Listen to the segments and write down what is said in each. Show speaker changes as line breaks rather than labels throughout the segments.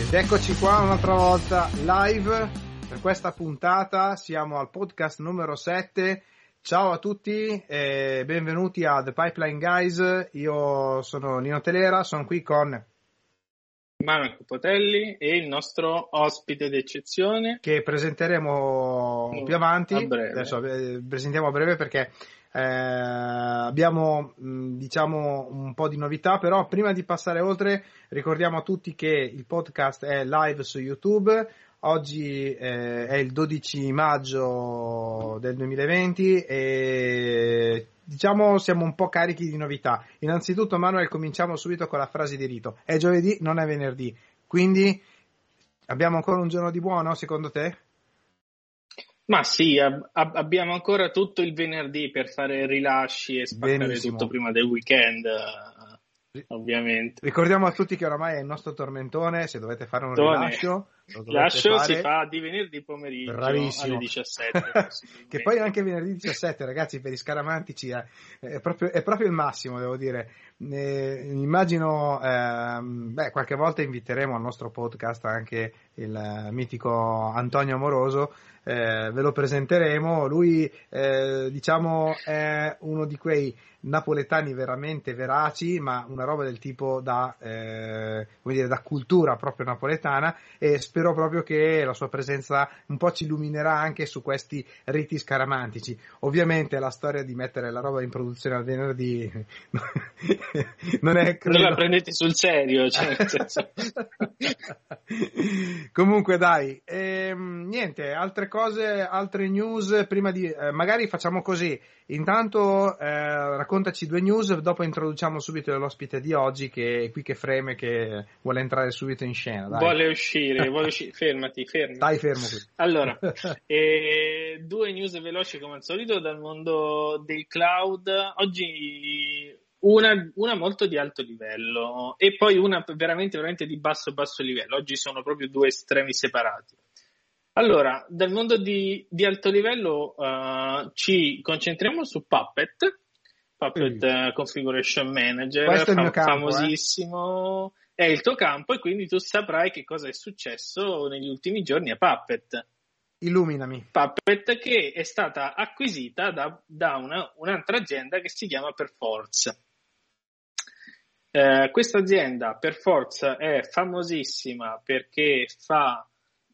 Ed eccoci qua un'altra volta live per questa puntata, siamo al podcast numero 7. Ciao a tutti e benvenuti a The Pipeline Guys. Io sono Nino Telera, sono qui con
Marco Potelli e il nostro ospite d'eccezione
che presenteremo più avanti.
A breve.
Adesso presentiamo a breve perché abbiamo diciamo un po' di novità, però prima di passare oltre ricordiamo a tutti che il podcast è live su YouTube. Oggi è il 12 maggio del 2020 e diciamo siamo un po' carichi di novità. Innanzitutto, Manuel, cominciamo subito con la frase di rito. È giovedì, non è venerdì, quindi abbiamo ancora un giorno di buono, secondo te?
Ma sì, abbiamo ancora tutto il venerdì per fare rilasci e spaccare
Benissimo.
tutto prima del weekend, ovviamente.
Ricordiamo a tutti che oramai è il nostro tormentone, se dovete fare un rilascio, lo dovete fare.
Si fa di venerdì pomeriggio.
Bravissimo.
Alle 17.
Che poi anche venerdì 17, ragazzi, per i scaramantici è proprio il massimo, devo dire. Immagino, qualche volta inviteremo al nostro podcast anche il mitico Antonio Amoroso. Ve lo presenteremo. Lui diciamo è uno di quei napoletani veramente veraci, ma una roba del tipo da cultura proprio napoletana, e spero proprio che la sua presenza un po' ci illuminerà anche su questi riti scaramantici. Ovviamente la storia di mettere la roba in produzione al venerdì non è, credo...
Non la prendete sul serio, cioè.
Comunque dai, niente, altre cose, altre news prima di magari facciamo così. Intanto raccontaci due news, dopo introduciamo subito l'ospite di oggi che è qui che freme, che vuole entrare subito in scena. Dai.
Vuole uscire. Fermati.
Stai fermo qui.
Allora, due news veloci come al solito dal mondo del cloud. Oggi una molto di alto livello e poi una veramente di basso livello. Oggi sono proprio due estremi separati. Allora, dal mondo di alto livello ci concentriamo su Puppet Configuration Manager.
Questo è il mio campo,
famosissimo, è il tuo campo, e quindi tu saprai che cosa è successo negli ultimi giorni a Puppet.
Illuminami.
Puppet, che è stata acquisita da un'altra azienda che si chiama Perforce. Questa azienda Perforce è famosissima perché fa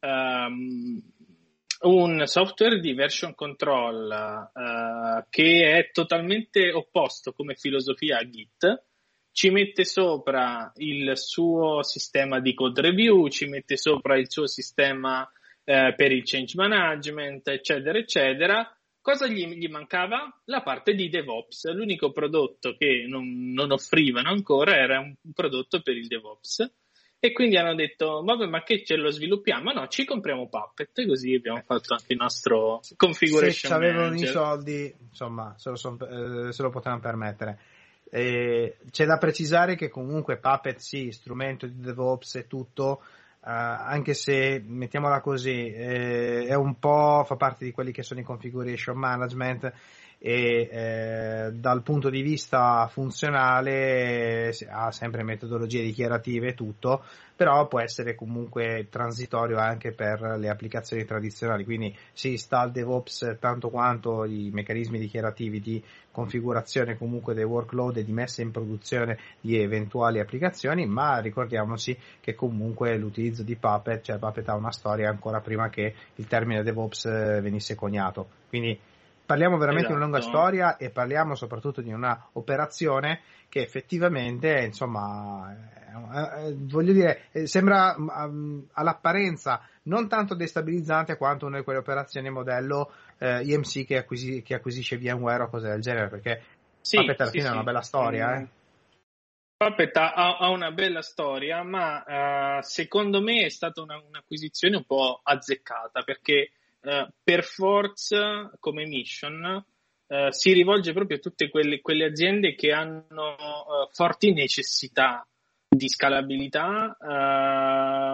un software di version control che è totalmente opposto come filosofia a Git. Ci mette sopra il suo sistema di code review, ci mette sopra il suo sistema per il change management, eccetera eccetera. Cosa gli mancava? La parte di DevOps. L'unico prodotto che non offrivano ancora era un prodotto per il DevOps. E quindi hanno detto, vabbè, ma che ce lo sviluppiamo? No, ci compriamo Puppet, e così abbiamo fatto anche il nostro configuration manager.
Se avevano i soldi, insomma, se lo potevano permettere. C'è da precisare che comunque Puppet, sì, strumento di DevOps e tutto, anche se, mettiamola così, è un po', fa parte di quelli che sono i configuration management, e dal punto di vista funzionale ha sempre metodologie dichiarative e tutto, però può essere comunque transitorio anche per le applicazioni tradizionali, quindi si sta al DevOps tanto quanto i meccanismi dichiarativi di configurazione comunque dei workload e di messa in produzione di eventuali applicazioni, ma ricordiamoci che comunque l'utilizzo di Puppet, cioè Puppet ha una storia ancora prima che il termine DevOps venisse coniato, quindi parliamo veramente di una lunga storia e parliamo soprattutto di una operazione che effettivamente, insomma, voglio dire, sembra all'apparenza non tanto destabilizzante quanto una di quelle operazioni modello EMC che acquisisce VMware o cose del genere, perché Puppet alla fine è una bella storia.
Puppet ha una bella storia, ma secondo me è stata un'acquisizione un po' azzeccata, perché Perforce come mission si rivolge proprio a tutte quelle aziende che hanno forti necessità di scalabilità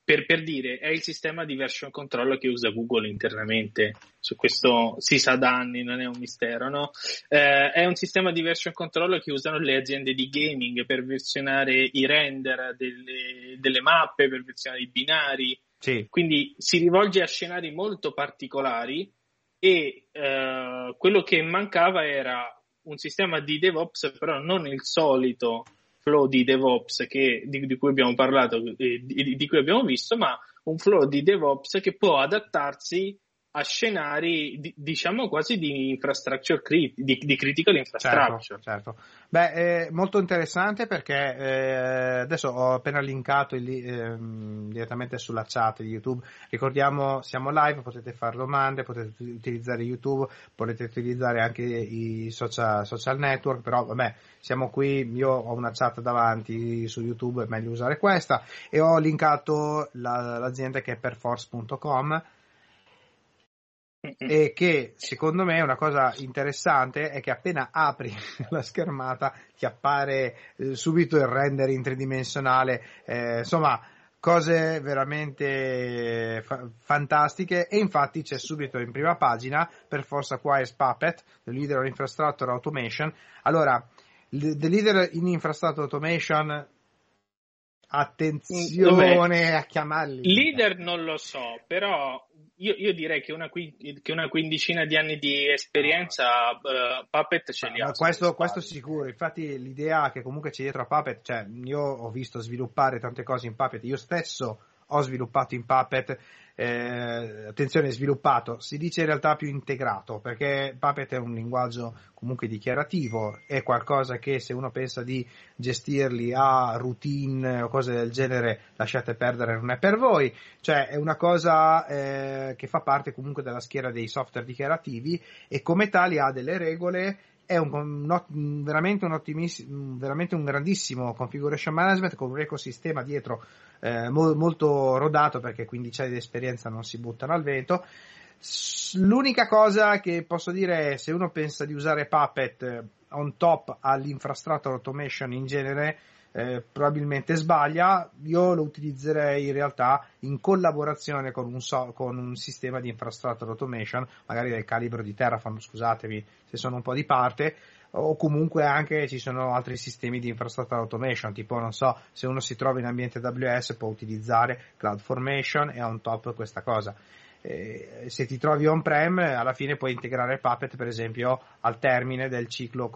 per dire, è il sistema di version control che usa Google internamente. Su questo si sa da anni, non è un mistero, no? È un sistema di version control che usano le aziende di gaming per versionare i render delle mappe, per versionare i binari.
Sì.
Quindi si rivolge a scenari molto particolari e quello che mancava era un sistema di DevOps, però non il solito flow di DevOps di cui abbiamo parlato, di cui abbiamo visto, ma un flow di DevOps che può adattarsi a scenari, diciamo quasi di infrastructure, di critical infrastructure.
Certo. Beh, è molto interessante perché adesso ho appena linkato direttamente sulla chat di YouTube. Ricordiamo, siamo live, potete fare domande, potete utilizzare YouTube, potete utilizzare anche i social network, però vabbè, siamo qui, io ho una chat davanti su YouTube, è meglio usare questa, e ho linkato l'azienda che è perforce.com, e che secondo me una cosa interessante è che appena apri la schermata ti appare subito il rendering tridimensionale, insomma cose veramente fantastiche, e infatti c'è subito in prima pagina Perforce acquires Puppet, the leader in infrastructure automation. Allora, the leader in infrastructure automation, attenzione a chiamarli
leader, non lo so, però io direi che una quindicina di anni di esperienza Puppet ce li ha.
Questo sicuro. Infatti l'idea che comunque c'è dietro a Puppet, cioè io ho visto sviluppare tante cose in Puppet, io stesso ho sviluppato in Puppet, attenzione, sviluppato, si dice in realtà più integrato, perché Puppet è un linguaggio comunque dichiarativo, è qualcosa che se uno pensa di gestirli a routine o cose del genere, lasciate perdere, non è per voi, cioè è una cosa che fa parte comunque della schiera dei software dichiarativi, e come tali ha delle regole. È veramente un grandissimo configuration management con un ecosistema dietro molto rodato, perché 15 anni di esperienza non si buttano al vento. L'unica cosa che posso dire è, se uno pensa di usare Puppet on top all'infrastructure automation in genere, probabilmente sbaglia. Io lo utilizzerei in realtà in collaborazione con un sistema di infrastructure automation, magari del calibro di Terraform, scusatemi se sono un po' di parte, o comunque anche ci sono altri sistemi di infrastructure automation, tipo, non so, se uno si trova in ambiente AWS può utilizzare CloudFormation e on top questa cosa. Se ti trovi on-prem, alla fine puoi integrare Puppet, per esempio, al termine del ciclo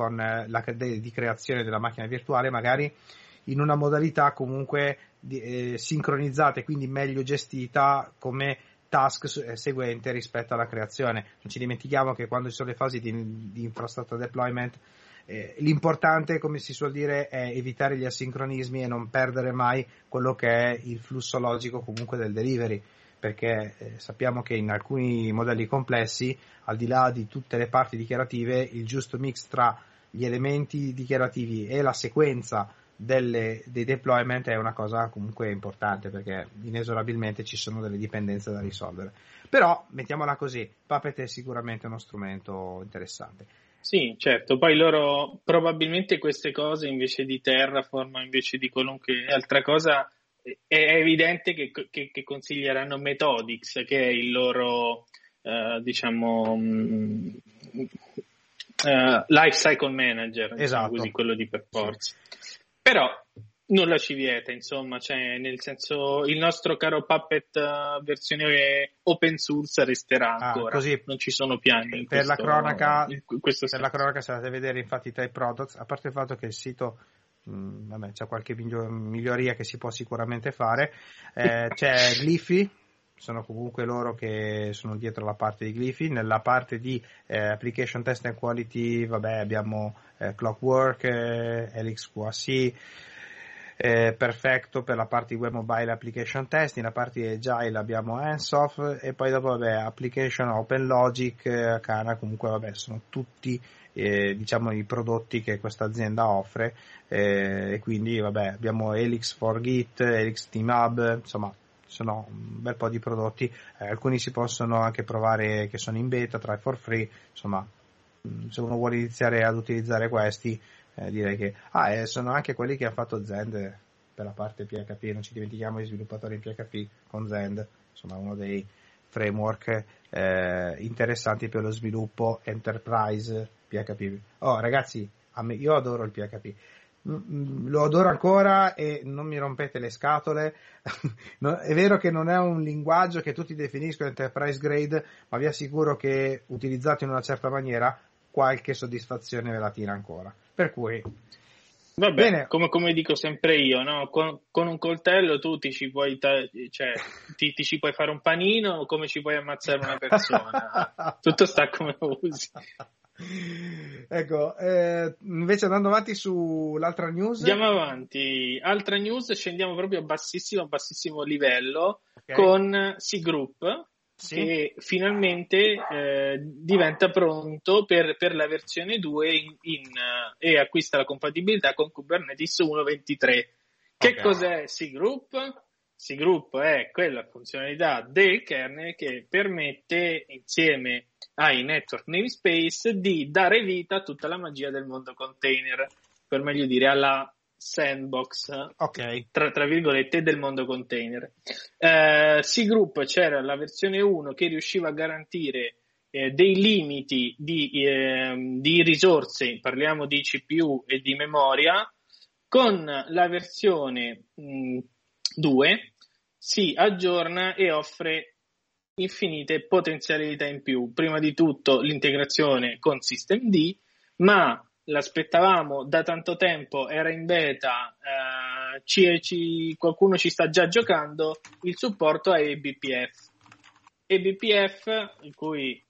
di creazione della macchina virtuale, magari in una modalità comunque sincronizzata e quindi meglio gestita come task seguente rispetto alla creazione. Non ci dimentichiamo che quando ci sono le fasi di infrastructure deployment, l'importante, come si suol dire, è evitare gli asincronismi e non perdere mai quello che è il flusso logico comunque del delivery, perché sappiamo che in alcuni modelli complessi, al di là di tutte le parti dichiarative, il giusto mix tra gli elementi dichiarativi e la sequenza dei deployment è una cosa comunque importante, perché inesorabilmente ci sono delle dipendenze da risolvere. Però mettiamola così, Puppet è sicuramente uno strumento interessante.
Sì, certo, poi loro probabilmente queste cose, invece di Terraform, invece di qualunque altra cosa, è evidente che consiglieranno Methodix, che è il loro diciamo life cycle manager, diciamo così, quello di Perforce. Sì. Però nulla ci vieta, insomma, cioè, nel senso, il nostro caro Puppet versione open source resterà ancora,
così,
non ci sono piani
per la cronaca,
la
cronaca, se andate a vedere infatti i type products, a parte il fatto che il sito c'è qualche miglioria che si può sicuramente fare, c'è Glyphy, sono comunque loro che sono dietro la parte di Glyphy. Nella parte di application test and quality, abbiamo Clockwork, Helix QAC, Perfecto per la parte di web mobile application test. Nella parte di agile abbiamo Ansoff, e poi dopo application OpenLogic, Kana. Comunque sono tutti diciamo i prodotti che questa azienda offre, e quindi abbiamo Helix for Git, Helix Team Hub, insomma sono un bel po' di prodotti, alcuni si possono anche provare che sono in beta, try for free, insomma se uno vuole iniziare ad utilizzare questi, direi che sono anche quelli che ha fatto Zend tutta la parte PHP, non ci dimentichiamo gli sviluppatori in PHP con Zend, insomma uno dei framework interessanti per lo sviluppo enterprise PHP. Oh ragazzi, io adoro il PHP, lo adoro ancora e non mi rompete le scatole. No, è vero che non è un linguaggio che tutti definiscono enterprise grade, ma vi assicuro che utilizzato in una certa maniera qualche soddisfazione ve la tira ancora, per cui
vabbè,
bene.
come dico sempre io, no? Con un coltello tu ti ci puoi ti ci puoi fare un panino, come ci puoi ammazzare una persona. Tutto sta come lo usi.
Ecco, invece andando avanti sull'altra news.
Andiamo avanti, altra news, scendiamo proprio a bassissimo livello,
Okay.
con C-Group,
Sì.
che finalmente diventa pronto per la versione 2 e acquista la compatibilità con Kubernetes 1.23. Che
Okay.
cos'è C-Group? C-Group è quella funzionalità del kernel che permette, insieme ai network namespace, di dare vita a tutta la magia del mondo container, per meglio dire alla sandbox,
Ok.
tra virgolette, del mondo container. C-Group c'era la versione 1 che riusciva a garantire dei limiti di risorse, parliamo di CPU e di memoria. Con la versione 2 si aggiorna e offre infinite potenzialità in più. Prima di tutto l'integrazione con systemd, ma l'aspettavamo da tanto tempo, era in beta, qualcuno ci sta già giocando, il supporto a eBPF. eBPF, in cui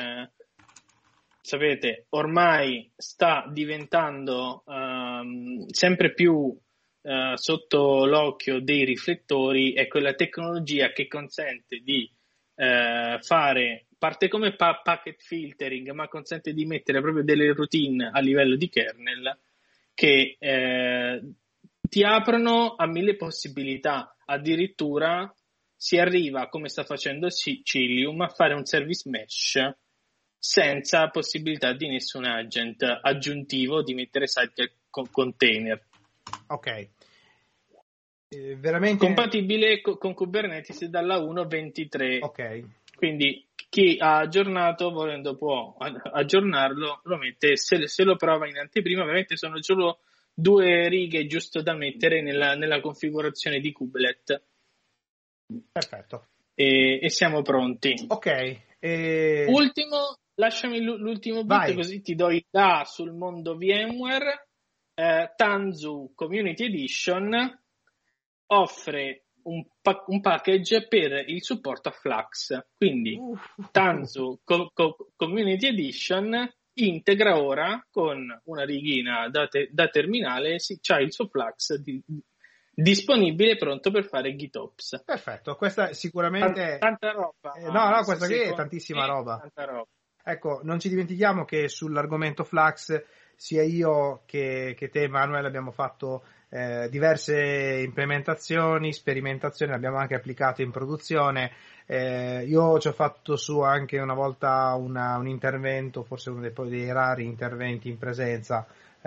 sapete, ormai sta diventando sempre più sotto l'occhio dei riflettori, è quella tecnologia che consente di fare, parte come packet filtering, ma consente di mettere proprio delle routine a livello di kernel che ti aprono a 1000 possibilità. Addirittura si arriva, come sta facendo Cilium, a fare un service mesh senza possibilità di nessun agent aggiuntivo di mettere sidecar container.
Ok. Veramente
compatibile con Kubernetes dalla 1.23.
Ok.
Quindi chi ha aggiornato, volendo, può aggiornarlo, lo mette, se lo prova in anteprima. Veramente sono solo 2 righe giusto da mettere nella configurazione di Kubelet.
Perfetto.
E siamo pronti.
Ok.
Ultimo, lasciami l'ultimo bit.
Vai.
Così ti do idea sul mondo VMware. Tanzu Community Edition offre un package per il supporto a Flux. Quindi Tanzu Community Edition integra ora con una righina da terminale, c'ha il suo Flux disponibile, pronto per fare GitOps.
Perfetto, questa sicuramente
tanta roba.
No, questa qui è tantissima roba.
Tanta roba.
Ecco, non ci dimentichiamo che sull'argomento Flux sia io che te, Manuel, abbiamo fatto diverse implementazioni, sperimentazioni, abbiamo anche applicato in produzione. Io ci ho fatto su anche una volta un intervento, forse uno dei rari interventi in presenza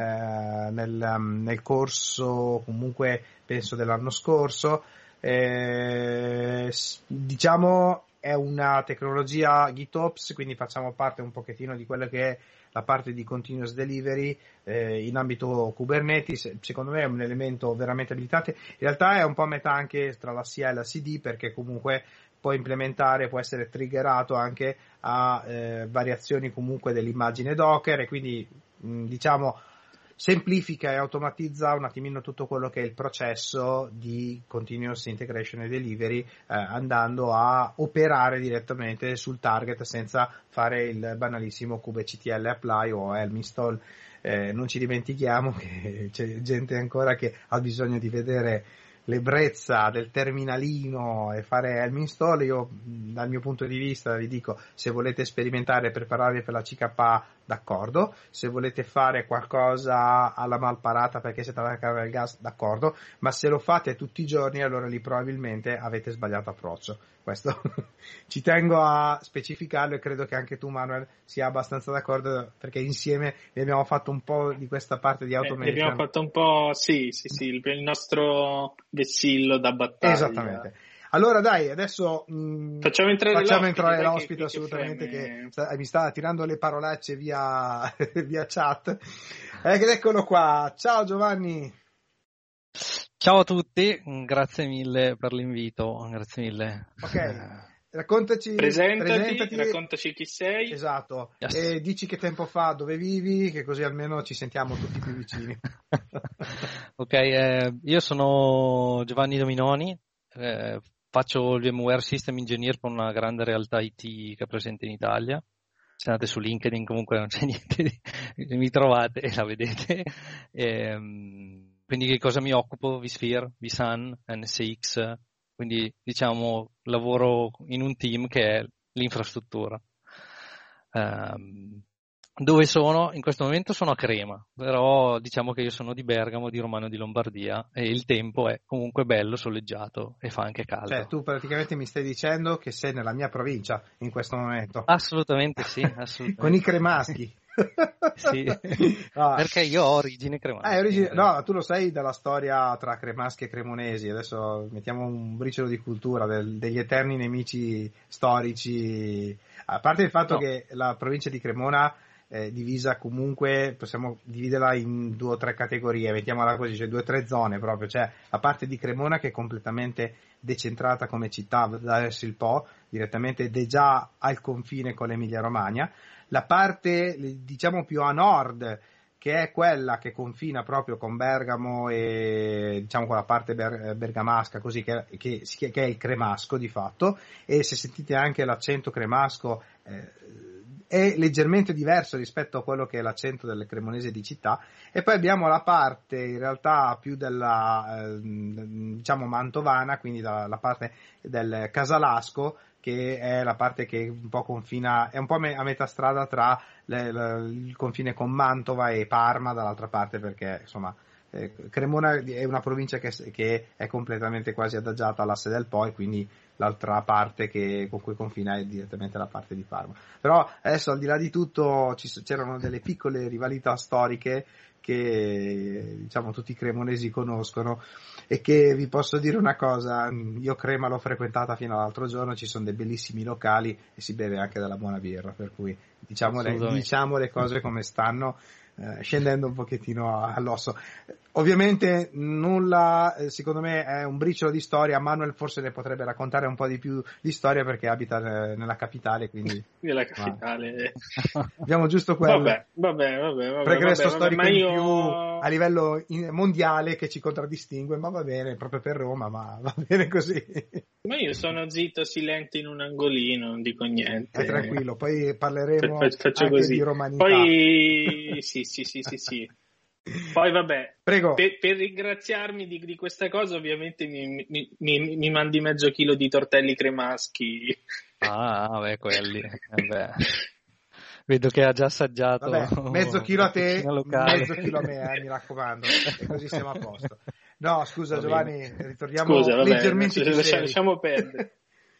nel corso, comunque penso dell'anno scorso. Diciamo è una tecnologia GitOps, quindi facciamo parte un pochettino di quello che è la parte di continuous delivery in ambito Kubernetes. Secondo me è un elemento veramente abilitante. In realtà è un po' a metà anche tra la CI e la CD, perché comunque può implementare, può essere triggerato anche a variazioni comunque dell'immagine Docker, e quindi diciamo semplifica e automatizza un attimino tutto quello che è il processo di continuous integration e delivery, andando a operare direttamente sul target senza fare il banalissimo kubectl apply o helm install. Non ci dimentichiamo che c'è gente ancora che ha bisogno di vedere l'ebbrezza del terminalino e fare helm install. Io dal mio punto di vista vi dico, se volete sperimentare e prepararvi per la CKA, d'accordo. Se volete fare qualcosa alla malparata perché siete alla carga del gas, d'accordo, ma se lo fate tutti i giorni, allora lì probabilmente avete sbagliato approccio. Questo ci tengo a specificarlo, e credo che anche tu, Manuel, sia abbastanza d'accordo, perché insieme ne abbiamo fatto un po' di questa parte di automation.
Abbiamo fatto un po', sì, il nostro vessillo da battaglia.
Esattamente. Allora dai, adesso
facciamo entrare
l'ospite, assolutamente, che mi sta tirando le parolacce via chat. Ed eccolo qua. Ciao Giovanni.
Ciao a tutti, grazie mille per l'invito, grazie mille.
Ok,
presentati, raccontaci chi sei.
Esatto,
Yes.
E dici che tempo fa, dove vivi, che così almeno ci sentiamo tutti più vicini.
Ok, io sono Giovanni Dominoni, faccio il VMware System Engineer per una grande realtà IT che è presente in Italia. Se andate su LinkedIn comunque non c'è niente, mi trovate e la vedete. Quindi che cosa mi occupo? vSphere, vSAN, NSX, quindi diciamo lavoro in un team che è l'infrastruttura. Dove sono? In questo momento sono a Crema, però diciamo che io sono di Bergamo, di Romano di Lombardia, e il tempo è comunque bello, soleggiato e fa anche caldo.
Cioè tu praticamente mi stai dicendo che sei nella mia provincia in questo momento.
Assolutamente sì, assolutamente.
Con i cremaschi.
Sì, perché io ho origine cremaschi.
No, tu lo sai dalla storia tra cremaschi e cremonesi. Adesso mettiamo un briciolo di cultura degli eterni nemici storici. A parte il fatto che la provincia di Cremona è divisa, comunque possiamo dividerla in 2 o 3 categorie, mettiamola così, cioè 2 o 3 zone proprio. C'è la parte di Cremona che è completamente decentrata come città verso il Po, direttamente, ed è già al confine con l'Emilia Romagna. La parte, diciamo, più a nord, che è quella che confina proprio con Bergamo e, diciamo, con la parte bergamasca, così, che è il cremasco di fatto, e se sentite anche l'accento cremasco è leggermente diverso rispetto a quello che è l'accento del cremonese di città. E poi abbiamo la parte in realtà più della diciamo mantovana, quindi la parte del casalasco, che è la parte che un po' confina, è un po' a metà strada tra il confine con Mantova e Parma dall'altra parte, perché insomma Cremona è una provincia che è completamente quasi adagiata all'asse del Po, e quindi l'altra parte con cui confina è direttamente la parte di Parma. Però adesso, al di là di tutto, c'erano delle piccole rivalità storiche che, diciamo, tutti i cremonesi conoscono, e che vi posso dire una cosa: io Crema l'ho frequentata fino all'altro giorno, ci sono dei bellissimi locali e si beve anche della buona birra, per cui diciamo le cose come stanno, scendendo un pochettino all'osso. Ovviamente nulla, secondo me è un briciolo di storia. Manuel forse ne potrebbe raccontare un po' di più di storia perché abita nella capitale, quindi
nella capitale
abbiamo giusto quello.
Vabbè,
pregresso storico
in
più a livello mondiale che ci contraddistingue, ma va bene, proprio per Roma, ma va bene così.
Ma io sono zitto, silente in un angolino, non dico niente.
Tranquillo, poi parleremo
faccio
anche
così.
di romanità.
Poi sì. Poi vabbè,
prego.
Per ringraziarmi di questa cosa, ovviamente mi mandi mezzo chilo di tortelli cremaschi.
Vabbè, quelli. Vabbè. Vedo che ha già assaggiato.
Vabbè, mezzo chilo a te, mezzo chilo a me, mi raccomando, e così siamo a posto. No, scusa Giovanni, ritorniamo leggermente più seri.
Lasciamo perdere.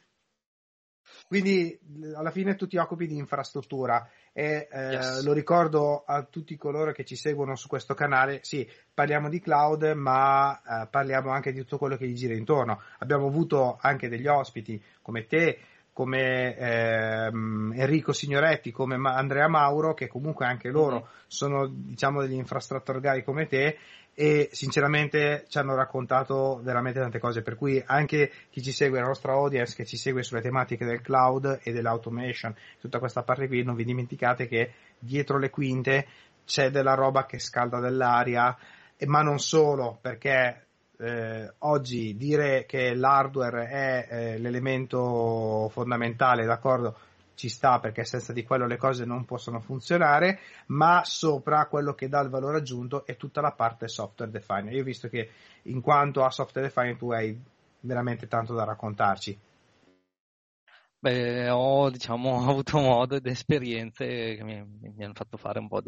Quindi alla fine tu ti occupi di infrastruttura e lo ricordo a tutti coloro che ci seguono su questo canale, sì, parliamo di cloud, ma parliamo anche di tutto quello che gli gira intorno. Abbiamo avuto anche degli ospiti come te, come Enrico Signoretti, come Andrea Mauro, che comunque anche loro sono, diciamo, degli infrastructure guy come te, e sinceramente ci hanno raccontato veramente tante cose, per cui anche chi ci segue, la nostra audience che ci segue sulle tematiche del cloud e dell'automation, tutta questa parte qui, non vi dimenticate che dietro le quinte c'è della roba che scalda dell'aria, ma non solo, perché oggi dire che l'hardware è l'elemento fondamentale, d'accordo, ci sta, perché senza di quello le cose non possono funzionare, ma sopra quello che dà il valore aggiunto è tutta la parte software defined. Io ho visto che in quanto a software defined tu hai veramente tanto da raccontarci.
Beh, ho avuto modo ed esperienze che mi hanno fatto fare un po'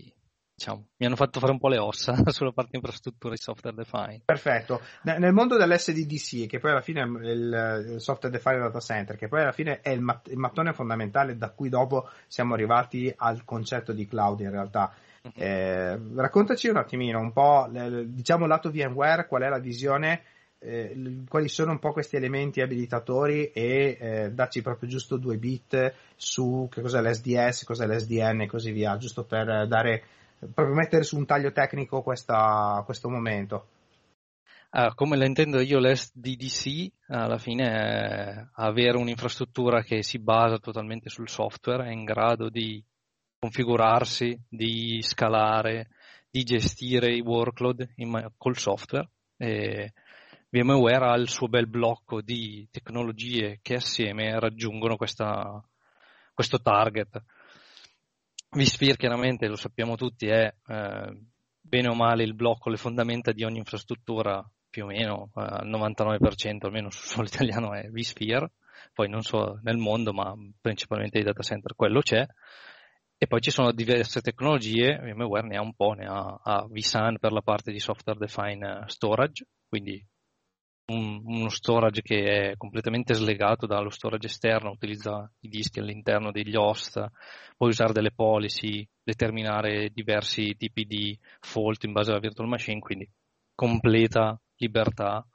mi hanno fatto fare un po' le ossa sulla parte infrastruttura di software defined.
Perfetto. Nel mondo dell'SDDC, che poi alla fine è il software defined data center, che poi alla fine è il mattone fondamentale da cui dopo siamo arrivati al concetto di cloud in realtà. Raccontaci un attimino, un po', diciamo lato VMware, qual è la visione, quali sono un po' questi elementi abilitatori e darci proprio giusto 2 bit su che cos'è l'SDS, cos'è l'SDN e così via, giusto per proprio mettere su un taglio tecnico questo momento.
Come la intendo io, l'SDDC alla fine è avere un'infrastruttura che si basa totalmente sul software, è in grado di configurarsi, di scalare, di gestire i workload col software. E VMware ha il suo bel blocco di tecnologie che assieme raggiungono questo target. vSphere chiaramente, lo sappiamo tutti, è bene o male il blocco, le fondamenta di ogni infrastruttura, più o meno al 99%, almeno sul suolo italiano è vSphere, poi non so nel mondo, ma principalmente i data center quello c'è. E poi ci sono diverse tecnologie, VMware ne ha un po', ne ha vSAN per la parte di software defined storage, quindi uno storage che è completamente slegato dallo storage esterno, utilizza i dischi all'interno degli host, puoi usare delle policy, determinare diversi tipi di fault in base alla virtual machine, quindi completa libertà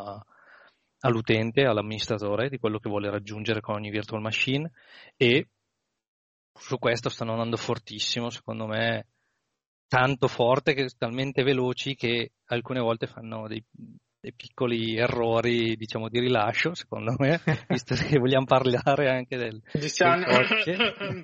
all'utente, all'amministratore di quello che vuole raggiungere con ogni virtual machine. E su questo stanno andando fortissimo, secondo me, tanto forte, che talmente veloci che alcune volte fanno dei piccoli errori, diciamo, di rilascio, secondo me, visto che vogliamo parlare anche del codice.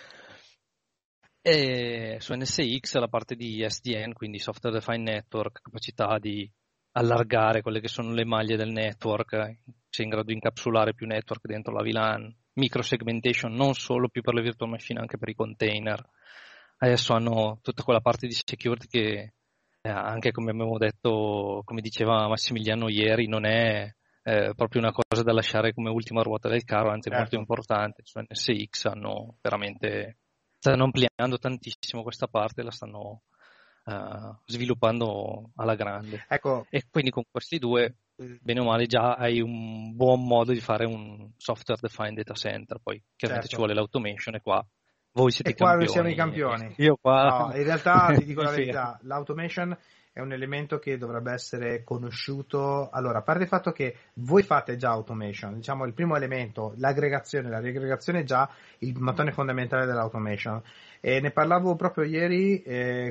E su NSX la parte di SDN, quindi Software Defined Network, capacità di allargare quelle che sono le maglie del network, sei in grado di incapsulare più network dentro la VLAN, microsegmentation non solo più per le virtual machine, anche per i container. Adesso hanno tutta quella parte di security che anche come abbiamo detto, come diceva Massimiliano ieri, non è proprio una cosa da lasciare come ultima ruota del carro, anzi è molto importante. Su NSX stanno ampliando tantissimo questa parte, la stanno sviluppando alla grande.
Ecco.
E quindi con questi due, bene o male, già hai un buon modo di fare un software defined data center. Poi chiaramente ci vuole l'automation, e qua voi siete i campioni.
Noi siamo i campioni.
Io qua...
No, in realtà ti dico la verità, l'automation è un elemento che dovrebbe essere conosciuto. Allora, a parte il fatto che voi fate già automation, diciamo il primo elemento, l'aggregazione, la riaggregazione è già il mattone fondamentale dell'automation. E ne parlavo proprio ieri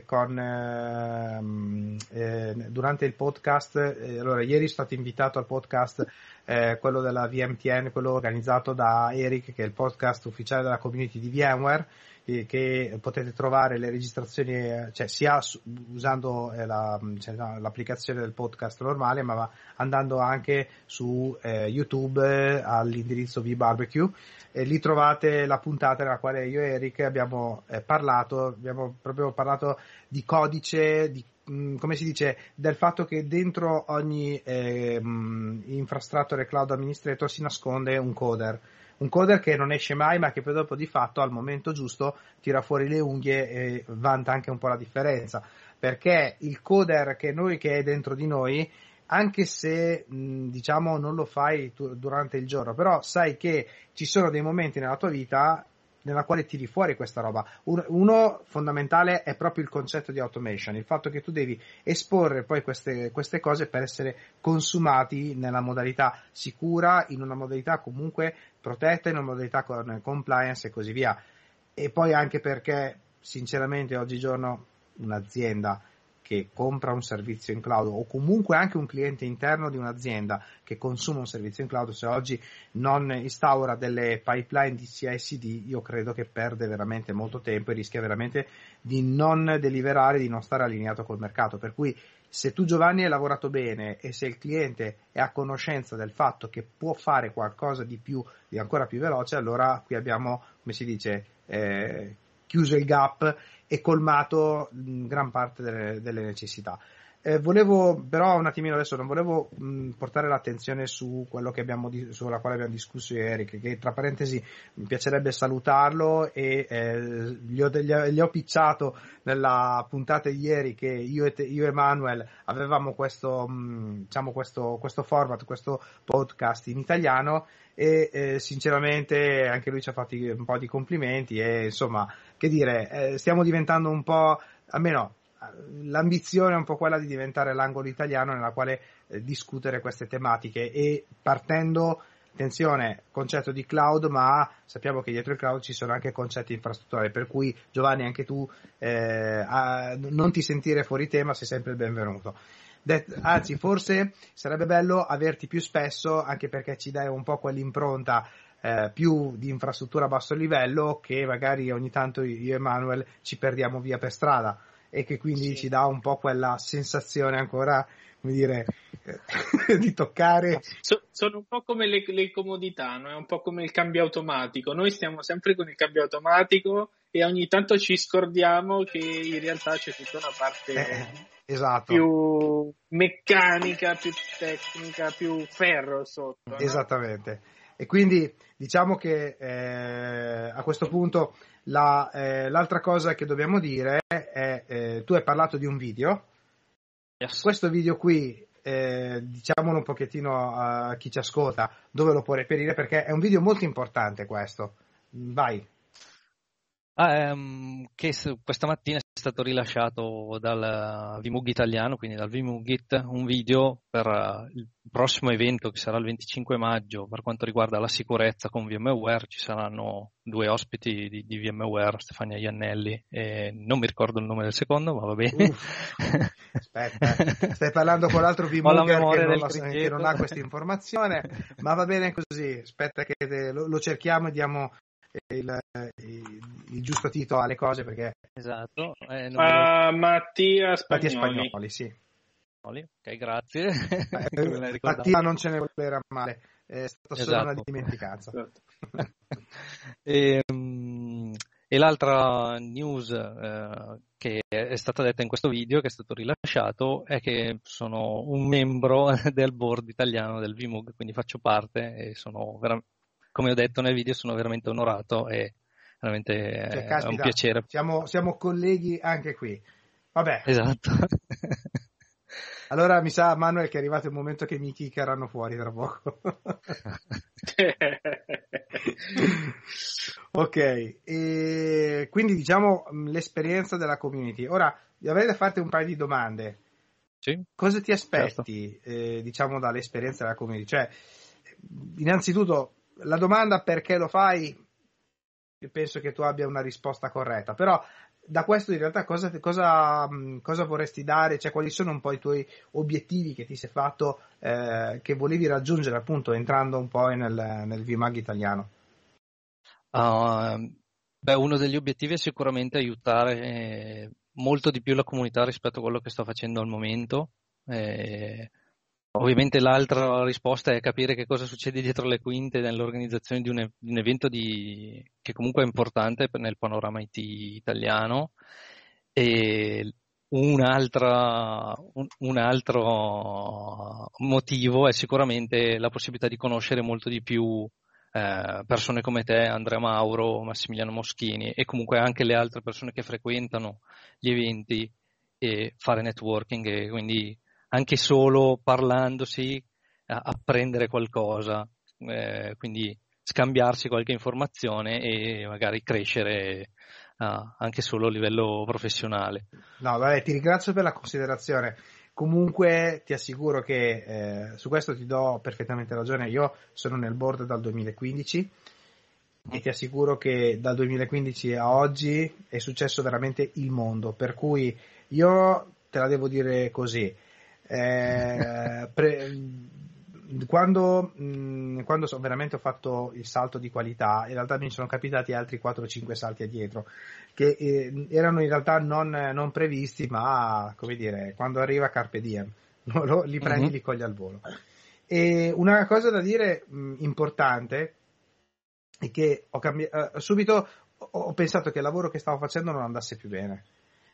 durante il podcast. Allora, ieri sono stato invitato al podcast, quello della VMTN, quello organizzato da Eric, che è il podcast ufficiale della community di VMware, che potete trovare le registrazioni, cioè sia usando l'applicazione del podcast normale, ma andando anche su YouTube all'indirizzo vBarbecue. Lì trovate la puntata nella quale io e Eric abbiamo proprio parlato di codice, di come si dice, del fatto che dentro ogni infrastructure cloud administrator si nasconde un coder che non esce mai, ma che poi dopo di fatto al momento giusto tira fuori le unghie e vanta anche un po' la differenza, perché il coder che è dentro di noi, anche se diciamo non lo fai durante il giorno, però sai che ci sono dei momenti nella tua vita nella quale tiri fuori questa roba. Uno fondamentale è proprio il concetto di automation, il fatto che tu devi esporre poi queste cose per essere consumati nella modalità sicura, in una modalità comunque protetta, in una modalità con compliance e così via. E poi anche perché sinceramente oggigiorno un'azienda che compra un servizio in cloud, o comunque anche un cliente interno di un'azienda che consuma un servizio in cloud, se oggi non instaura delle pipeline di CI/CD, io credo che perde veramente molto tempo e rischia veramente di non deliverare, di non stare allineato col mercato. Per cui se tu, Giovanni, hai lavorato bene e se il cliente è a conoscenza del fatto che può fare qualcosa di più, di ancora più veloce, allora qui abbiamo, come si dice, chiuso il gap e colmato gran parte delle necessità. Volevo però un attimino, adesso non volevo portare l'attenzione su quello che sulla quale abbiamo discusso ieri, che tra parentesi mi piacerebbe salutarlo, e gli ho picciato nella puntata di ieri che io e Manuel avevamo questo format, questo podcast in italiano, e sinceramente anche lui ci ha fatti un po' di complimenti, e insomma, che dire, stiamo diventando un po', almeno l'ambizione è un po' quella di diventare l'angolo italiano nella quale discutere queste tematiche, e partendo, attenzione, concetto di cloud, ma sappiamo che dietro il cloud ci sono anche concetti infrastrutturali, per cui Giovanni, anche tu non ti sentire fuori tema, sei sempre il benvenuto. Anzi, forse sarebbe bello averti più spesso, anche perché ci dai un po' quell'impronta più di infrastruttura a basso livello, che magari ogni tanto io e Manuel ci perdiamo via per strada, e che quindi ci dà un po' quella sensazione ancora, come dire, di toccare.
Sono un po' come le comodità, no? È un po' come il cambio automatico. Noi stiamo sempre con il cambio automatico e ogni tanto ci scordiamo che in realtà c'è tutta una parte
esatto,
più meccanica, più tecnica, più ferro sotto. No?
Esattamente. E quindi diciamo che a questo punto l'altra cosa che dobbiamo dire è, tu hai parlato di un video.
Yes.
Questo video qui, diciamolo un pochettino a chi ci ascolta, dove lo può reperire, perché è un video molto importante questo. Vai.
Che questa mattina è stato rilasciato dal VMUG italiano, quindi dal VMUGIT, un video per il prossimo evento che sarà il 25 maggio per quanto riguarda la sicurezza con VMware. Ci saranno due ospiti di VMware, Stefania Iannelli e non mi ricordo il nome del secondo, ma va bene.
Aspetta, stai parlando con l'altro VMUGer che non ha questa informazione, ma va bene così. Aspetta che lo cerchiamo e diamo il giusto titolo alle cose, perché
esatto, Mattia
Spagnoli, sì.
Ok, grazie.
Mattia non ce ne voleva male, è stata solo una dimenticanza.
E l'altra news che è stata detta in questo video, che è stato rilasciato, è che sono un membro del board italiano del VMUG, quindi faccio parte e sono come ho detto nel video, sono veramente onorato e veramente è un piacere.
Siamo colleghi anche qui. Vabbè.
Esatto.
Allora mi sa, Manuel, che è arrivato il momento che mi kickeranno fuori tra poco. Ok, e quindi diciamo l'esperienza della community. Ora avrei da farti un paio di domande.
Sì,
cosa ti aspetti, diciamo, dall'esperienza della community? Cioè, innanzitutto, la domanda perché lo fai, io penso che tu abbia una risposta corretta, però da questo in realtà cosa vorresti dare? Cioè, quali sono un po' i tuoi obiettivi che ti sei fatto, che volevi raggiungere appunto entrando un po' nel VMUG italiano?
Uno degli obiettivi è sicuramente aiutare molto di più la comunità rispetto a quello che sto facendo al momento. Ovviamente l'altra risposta è capire che cosa succede dietro le quinte nell'organizzazione di un evento che comunque è importante nel panorama IT italiano. E un altro motivo è sicuramente la possibilità di conoscere molto di più persone come te, Andrea Mauro, Massimiliano Moschini, e comunque anche le altre persone che frequentano gli eventi, e fare networking, e quindi anche solo parlandosi apprendere qualcosa, quindi scambiarsi qualche informazione e magari crescere anche solo a livello professionale.
No, vabbè, ti ringrazio per la considerazione. Comunque ti assicuro che su questo ti do perfettamente ragione. Io sono nel board dal 2015 e ti assicuro che dal 2015 a oggi è successo veramente il mondo, per cui io te la devo dire così. Quando veramente ho fatto il salto di qualità, in realtà mi sono capitati altri 4-5 salti addietro che erano in realtà non previsti, ma come dire, quando arriva carpe diem, li prendi, li cogli al volo. E una cosa da dire importante è che subito ho pensato che il lavoro che stavo facendo non andasse più bene,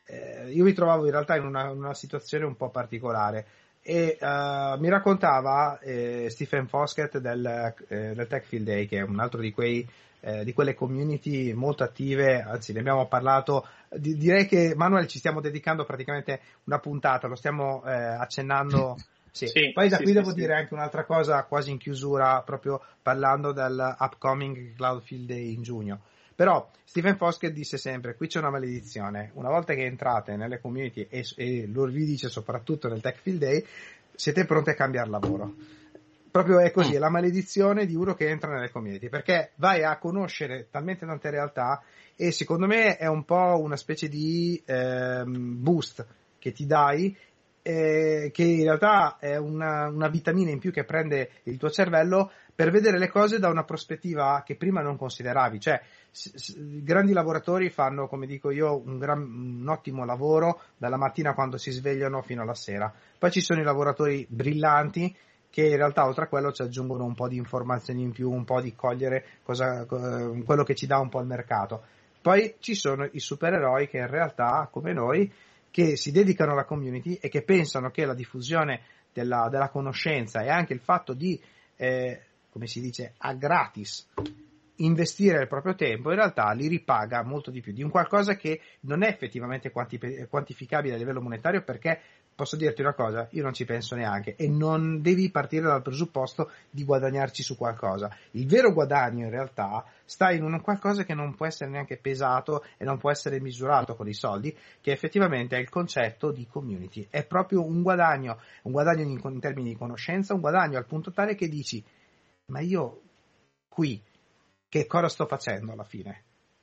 io mi trovavo in realtà in una situazione un po' particolare e mi raccontava Stephen Foskett del Tech Field Day, che è un altro di quelle community molto attive, anzi ne abbiamo parlato, direi che Manuel ci stiamo dedicando praticamente una puntata, lo stiamo accennando. Sì. Poi da qui devo dire anche un'altra cosa quasi in chiusura, proprio parlando del upcoming Cloud Field Day in giugno. Però Stephen Foskett disse sempre: qui c'è una maledizione, una volta che entrate nelle community e lo ridice soprattutto nel Tech Field Day, siete pronti a cambiare lavoro. Proprio è così, è la maledizione di uno che entra nelle community, perché vai a conoscere talmente tante realtà e secondo me è un po' una specie di boost che ti dai, che in realtà è una vitamina in più che prende il tuo cervello per vedere le cose da una prospettiva che prima non consideravi. Cioè, grandi lavoratori fanno, come dico io, un ottimo lavoro dalla mattina quando si svegliano fino alla sera. Poi ci sono i lavoratori brillanti che in realtà oltre a quello ci aggiungono un po' di informazioni in più, un po' di cogliere quello che ci dà un po' il mercato. Poi ci sono i supereroi che in realtà, come noi, che si dedicano alla community e che pensano che la diffusione della conoscenza e anche il fatto di, come si dice, a gratis investire il proprio tempo, in realtà li ripaga molto di più di un qualcosa che non è effettivamente quantificabile a livello monetario, perché posso dirti una cosa, io non ci penso neanche, e non devi partire dal presupposto di guadagnarci su qualcosa. Il vero guadagno in realtà sta in un qualcosa che non può essere neanche pesato e non può essere misurato con i soldi, che effettivamente è il concetto di community. È proprio un guadagno in termini di conoscenza, un guadagno al punto tale che dici: ma io qui che cosa sto facendo alla fine?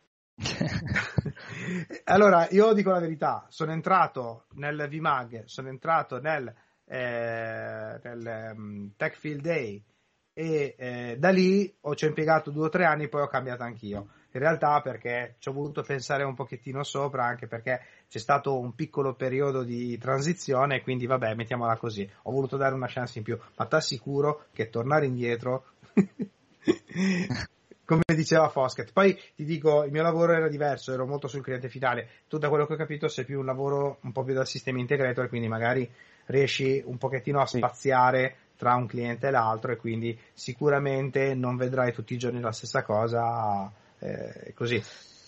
Allora, io dico la verità, sono entrato nel VMAG, sono entrato nel Tech Field Day e da lì ci ho impiegato 2 o 3 anni, poi ho cambiato anch'io. In realtà perché ci ho voluto pensare un pochettino sopra, anche perché c'è stato un piccolo periodo di transizione, quindi vabbè, mettiamola così. Ho voluto dare una chance in più, ma ti assicuro che tornare indietro come diceva Foskett. Poi ti dico, il mio lavoro era diverso, ero molto sul cliente finale. Tu, da quello che ho capito, sei più un lavoro un po' più da sistema integrator, quindi magari riesci un pochettino a spaziare tra un cliente e l'altro, e quindi sicuramente non vedrai tutti i giorni la stessa cosa, così.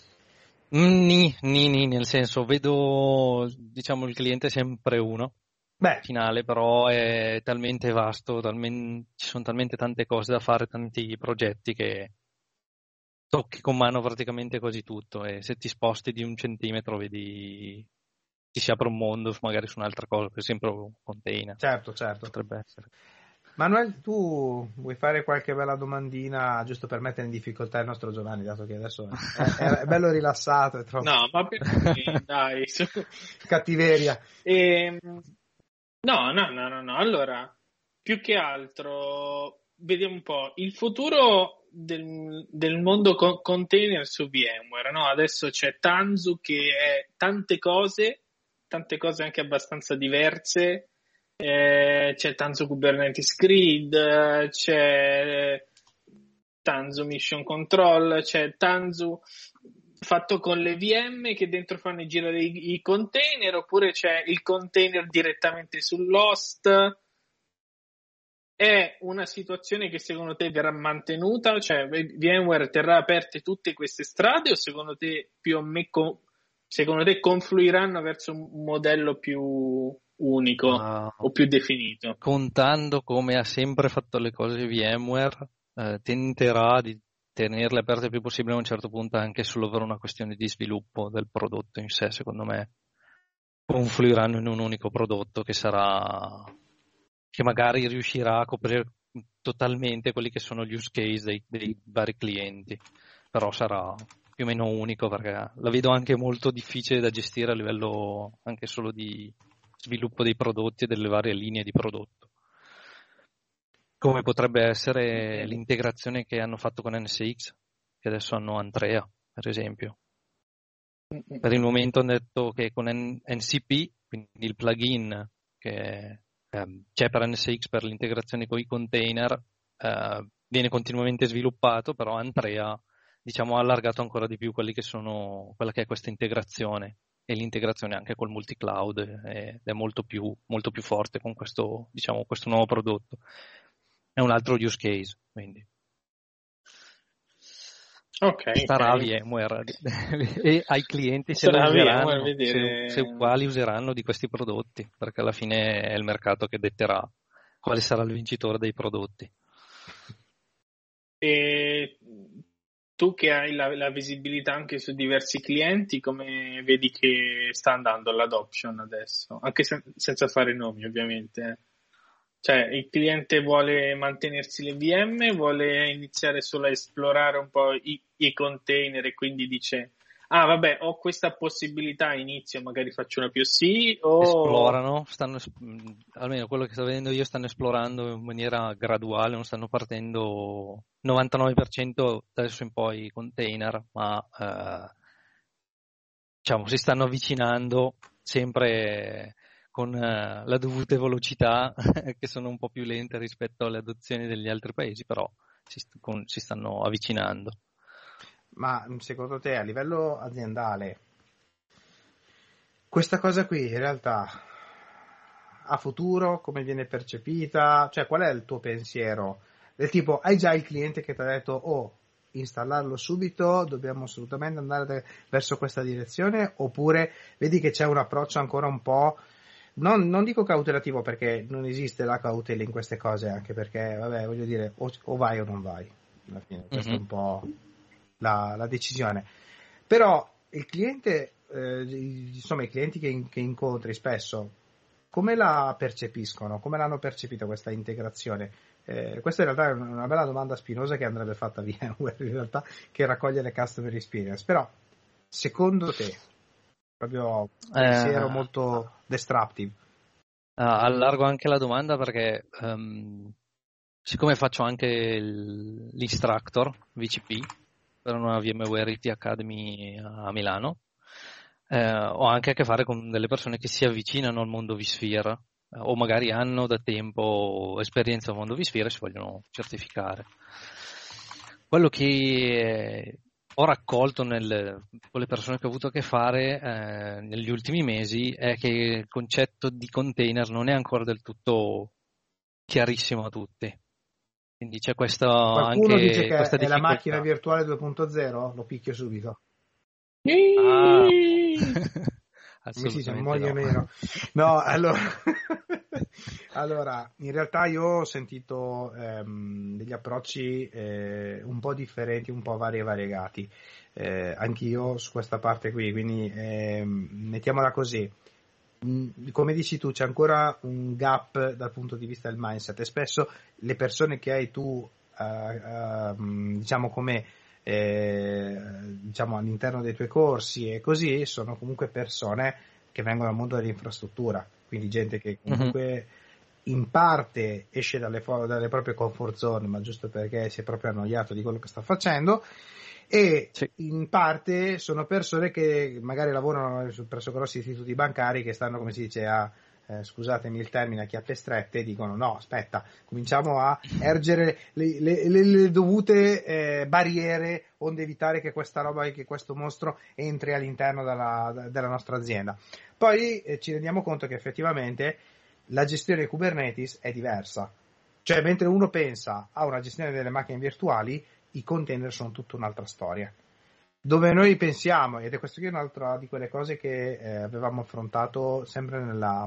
Nel senso, vedo, diciamo, il cliente sempre uno. Finale, però è talmente vasto, ci sono talmente tante cose da fare, tanti progetti, che tocchi con mano praticamente quasi tutto, e se ti sposti di 1 centimetro vedi ti si apre un mondo magari su un'altra cosa, per esempio un container.
Certo.
Potrebbe essere.
Manuel, tu vuoi fare qualche bella domandina giusto per mettere in difficoltà il nostro Giovanni, dato che adesso è bello rilassato, è troppo...
No, ma perché? Dai,
cattiveria.
No. Allora, più che altro, vediamo un po'. Il futuro del mondo container su VMware, no? Adesso c'è Tanzu che è tante cose anche abbastanza diverse. C'è Tanzu Kubernetes Grid, c'è Tanzu Mission Control, c'è Tanzu fatto con le VM che dentro fanno girare i container, oppure c'è il container direttamente sull'host. È una situazione che secondo te verrà mantenuta? Cioè VMware terrà aperte tutte queste strade, o secondo te più o meno secondo te confluiranno verso un modello più unico o più definito?
Contando come ha sempre fatto le cose VMware, tenterà di tenerle aperte il più possibile a un certo punto, anche solo per una questione di sviluppo del prodotto in sé. Secondo me confluiranno in un unico prodotto che magari riuscirà a coprire totalmente quelli che sono gli use case dei vari clienti, però sarà più o meno unico, perché la vedo anche molto difficile da gestire a livello anche solo di sviluppo dei prodotti e delle varie linee di prodotto, come potrebbe essere l'integrazione che hanno fatto con NSX, che adesso hanno Andrea, per esempio. Per il momento hanno detto che con NCP, quindi il plugin che c'è per NSX per l'integrazione con i container, viene continuamente sviluppato, però Andrea, diciamo, ha allargato ancora di più quella che è questa integrazione e l'integrazione anche col multi-cloud ed è molto più forte con questo nuovo prodotto. È un altro use case, quindi. Starà VMware e ai clienti se quali useranno di questi prodotti, perché alla fine è il mercato che detterà quale sarà il vincitore dei prodotti.
E tu che hai la visibilità anche su diversi clienti, come vedi che sta andando l'adoption adesso? Anche senza fare nomi, ovviamente. Cioè, il cliente vuole mantenersi le VM, vuole iniziare solo a esplorare un po' i container e quindi dice: ah, vabbè, ho questa possibilità, inizio, magari faccio una POC, o...
Esplorano, almeno quello che sto vedendo io, stanno esplorando in maniera graduale, non stanno partendo 99% adesso in poi i container, ma si stanno avvicinando sempre con la dovuta velocità, che sono un po' più lente rispetto alle adozioni degli altri paesi, però si stanno avvicinando.
Ma secondo te a livello aziendale questa cosa qui in realtà a futuro come viene percepita? Cioè, qual è il tuo pensiero? Del tipo, hai già il cliente che ti ha detto installarlo subito, dobbiamo assolutamente andare verso questa direzione, oppure vedi che c'è un approccio ancora un po', non dico cautelativo, perché non esiste la cautela in queste cose, anche perché, vabbè, voglio dire, o vai o non vai, alla fine, questa è un po' la decisione. Però il cliente, insomma, i clienti che incontri spesso, come la percepiscono? Come l'hanno percepita questa integrazione? Questa in realtà è una bella domanda spinosa che andrebbe fatta VMware, in realtà, che raccoglie le customer experience. Però, secondo te, proprio pensiero molto destructive.
Allargo anche la domanda perché siccome faccio anche l'instructor VCP per una VMware IT Academy a Milano, ho anche a che fare con delle persone che si avvicinano al mondo vSphere o magari hanno da tempo esperienza al mondo vSphere e si vogliono certificare. Quello che ho raccolto con le persone che ho avuto a che fare negli ultimi mesi è che il concetto di container non è ancora del tutto chiarissimo a tutti. Quindi c'è
Qualcuno
anche
dice che
questa
è la macchina
difficoltà.
virtuale 2.0? Lo picchio subito. Mi si muoia meno. No, allora, in realtà io ho sentito degli approcci un po' differenti, un po' variegati, anch'io su questa parte qui, quindi mettiamola così. Come dici tu, c'è ancora un gap dal punto di vista del mindset, e spesso le persone che hai tu, diciamo come diciamo all'interno dei tuoi corsi e così, sono comunque persone che vengono dal mondo dell'infrastruttura, quindi gente che comunque in parte esce dalle proprie comfort zone, ma giusto perché si è proprio annoiato di quello che sta facendo, e in parte sono persone che magari lavorano presso grossi istituti bancari che stanno, come si dice, scusatemi il termine, a chiappe strette, e dicono no, aspetta, cominciamo a ergere le dovute barriere onde evitare che questa roba, che questo mostro entri all'interno della nostra azienda. Poi ci rendiamo conto che effettivamente la gestione Kubernetes è diversa, cioè mentre uno pensa a una gestione delle macchine virtuali, i container sono tutta un'altra storia. Dove noi pensiamo, ed è questo qui un'altra di quelle cose che avevamo affrontato sempre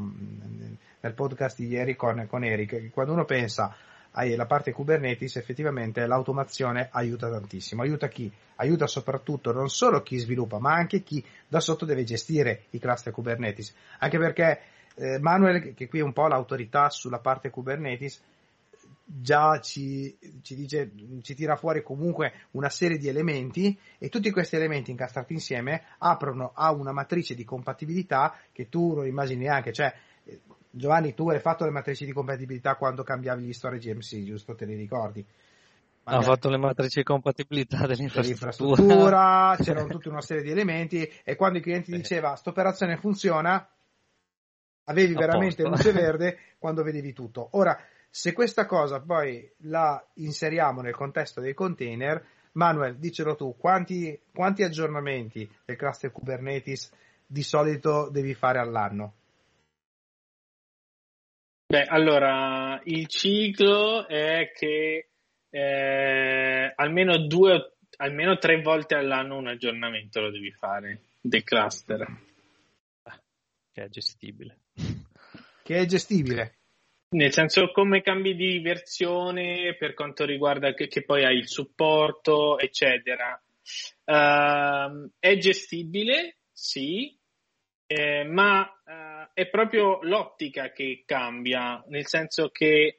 nel podcast di ieri con Eric, che quando uno pensa alla parte Kubernetes, effettivamente l'automazione aiuta tantissimo. Aiuta chi? Aiuta soprattutto non solo chi sviluppa, ma anche chi da sotto deve gestire i cluster Kubernetes. Anche perché Manuel, che qui è un po' l'autorità sulla parte Kubernetes, già ci dice, ci tira fuori comunque una serie di elementi, e tutti questi elementi incastrati insieme aprono a una matrice di compatibilità che tu non immagini neanche. Cioè, Giovanni, tu hai fatto le matrici di compatibilità quando cambiavi gli storage EMC, giusto? Te li ricordi?
Ho fatto le matrici di compatibilità
dell'infrastruttura, c'erano tutta una serie di elementi, e quando il cliente diceva sta operazione funziona, avevi veramente luce verde quando vedevi tutto. Ora, se questa cosa poi la inseriamo nel contesto dei container, Manuel, dicelo tu, quanti aggiornamenti del cluster Kubernetes di solito devi fare all'anno?
Beh, allora, il ciclo è che almeno 3 volte all'anno un aggiornamento lo devi fare del cluster.
Che è gestibile.
Che è gestibile.
Nel senso, come cambi di versione per quanto riguarda che poi hai il supporto, eccetera. È gestibile, sì, ma è proprio l'ottica che cambia, nel senso che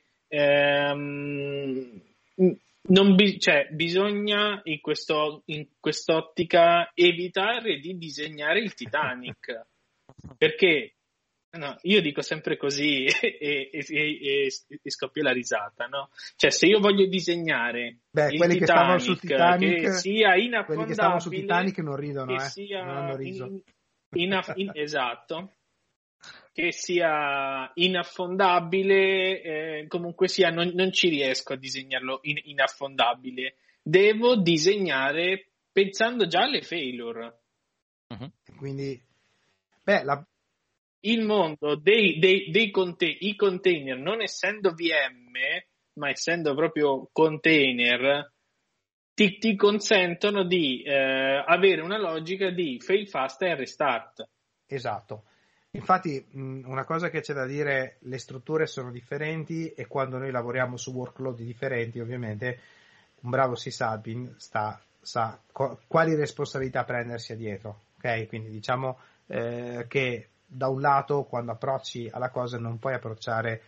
bisogna in quest'ottica evitare di disegnare il Titanic, perché no, io dico sempre così e scoppia la risata, no? Cioè, se io voglio disegnare il
quelli che stavano sul Titanic,
che sia
quelli che stavano sul
inaffondabile,
Titanic non ridono,
che sia
non hanno riso.
esatto, che sia inaffondabile, comunque sia, non ci riesco a disegnarlo inaffondabile. Devo disegnare pensando già alle failure.
Quindi,
il mondo i container, non essendo VM, ma essendo proprio container, ti consentono di avere una logica di fail fast e restart.
Esatto. Infatti, una cosa che c'è da dire, le strutture sono differenti e quando noi lavoriamo su workload differenti, ovviamente, un bravo sysadmin sa quali responsabilità prendersi dietro. Ok? Quindi diciamo che da un lato, quando approcci alla cosa, non puoi approcciare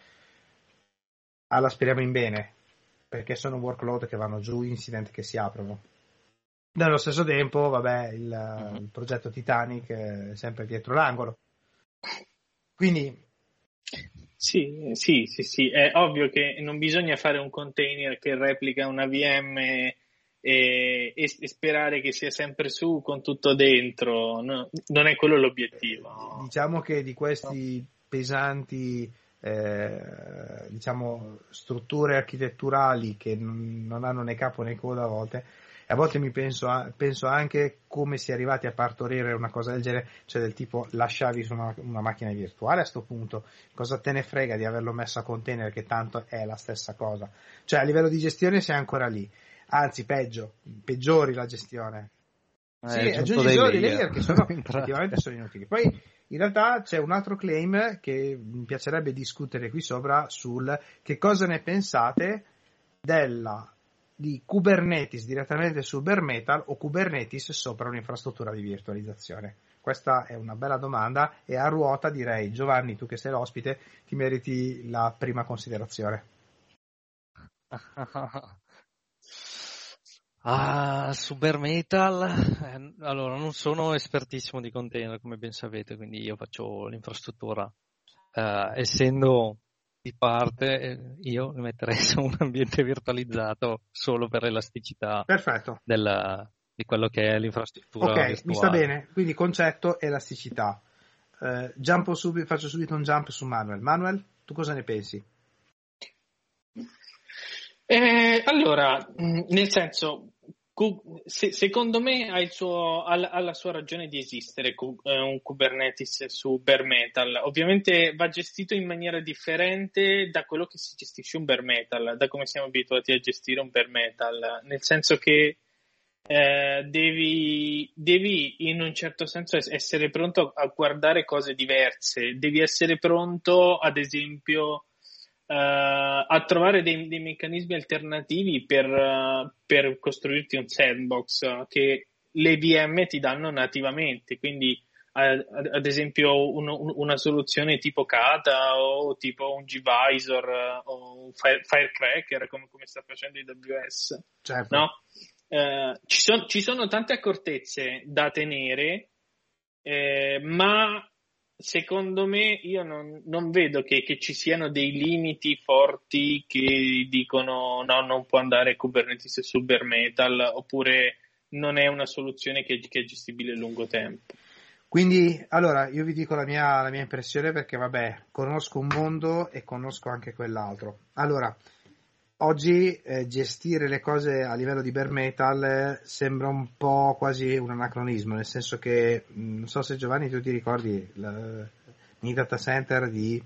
alla speriamo in bene, perché sono workload che vanno giù, incident che si aprono. Nello stesso tempo, vabbè, il progetto Titanic è sempre dietro l'angolo. Quindi
sì, è ovvio che non bisogna fare un container che replica una VM e sperare che sia sempre su con tutto dentro, no, non è quello l'obiettivo.
Diciamo che di questi pesanti diciamo strutture architetturali che non hanno né capo né coda a volte mi penso anche come si è arrivati a partorire una cosa del genere, cioè del tipo lasciavi su una macchina virtuale a sto punto, cosa te ne frega di averlo messo a container che tanto è la stessa cosa, cioè a livello di gestione sei ancora lì, anzi peggiori la gestione. Sì, aggiungi solo dei layer che sono effettivamente sono inutili. Poi in realtà c'è un altro claim che mi piacerebbe discutere qui sopra sul che cosa ne pensate di Kubernetes direttamente su bare metal o Kubernetes sopra un'infrastruttura di virtualizzazione. Questa è una bella domanda e a ruota direi, Giovanni, tu che sei l'ospite, ti meriti la prima considerazione.
Su bare metal, allora non sono espertissimo di container come ben sapete, quindi io faccio l'infrastruttura. Essendo di parte, io ne metterei su un ambiente virtualizzato solo per elasticità.
Perfetto.
Di quello che è l'infrastruttura virtuale.
Mi sta bene, quindi concetto elasticità. Faccio subito un jump su Manuel. Manuel, tu cosa ne pensi?
Allora, nel senso, secondo me ha la sua ragione di esistere un Kubernetes su bare metal. Ovviamente va gestito in maniera differente da quello che si gestisce un bare metal, da come siamo abituati a gestire un bare metal, nel senso che devi in un certo senso essere pronto a guardare cose diverse, devi essere pronto ad esempio a trovare dei meccanismi alternativi per costruirti un sandbox che le VM ti danno nativamente, quindi ad esempio una soluzione tipo Kata o tipo un gvisor o un Firecracker come sta facendo AWS.
Certo.
No? Ci sono tante accortezze da tenere, ma secondo me io non vedo che ci siano dei limiti forti che dicono no, non può andare Kubernetes su bare metal, oppure non è una soluzione che è gestibile a lungo tempo.
Quindi, allora, io vi dico la mia impressione perché, vabbè, conosco un mondo e conosco anche quell'altro. Allora, oggi gestire le cose a livello di bare metal sembra un po' quasi un anacronismo, nel senso che non so se Giovanni tu ti ricordi nei data center di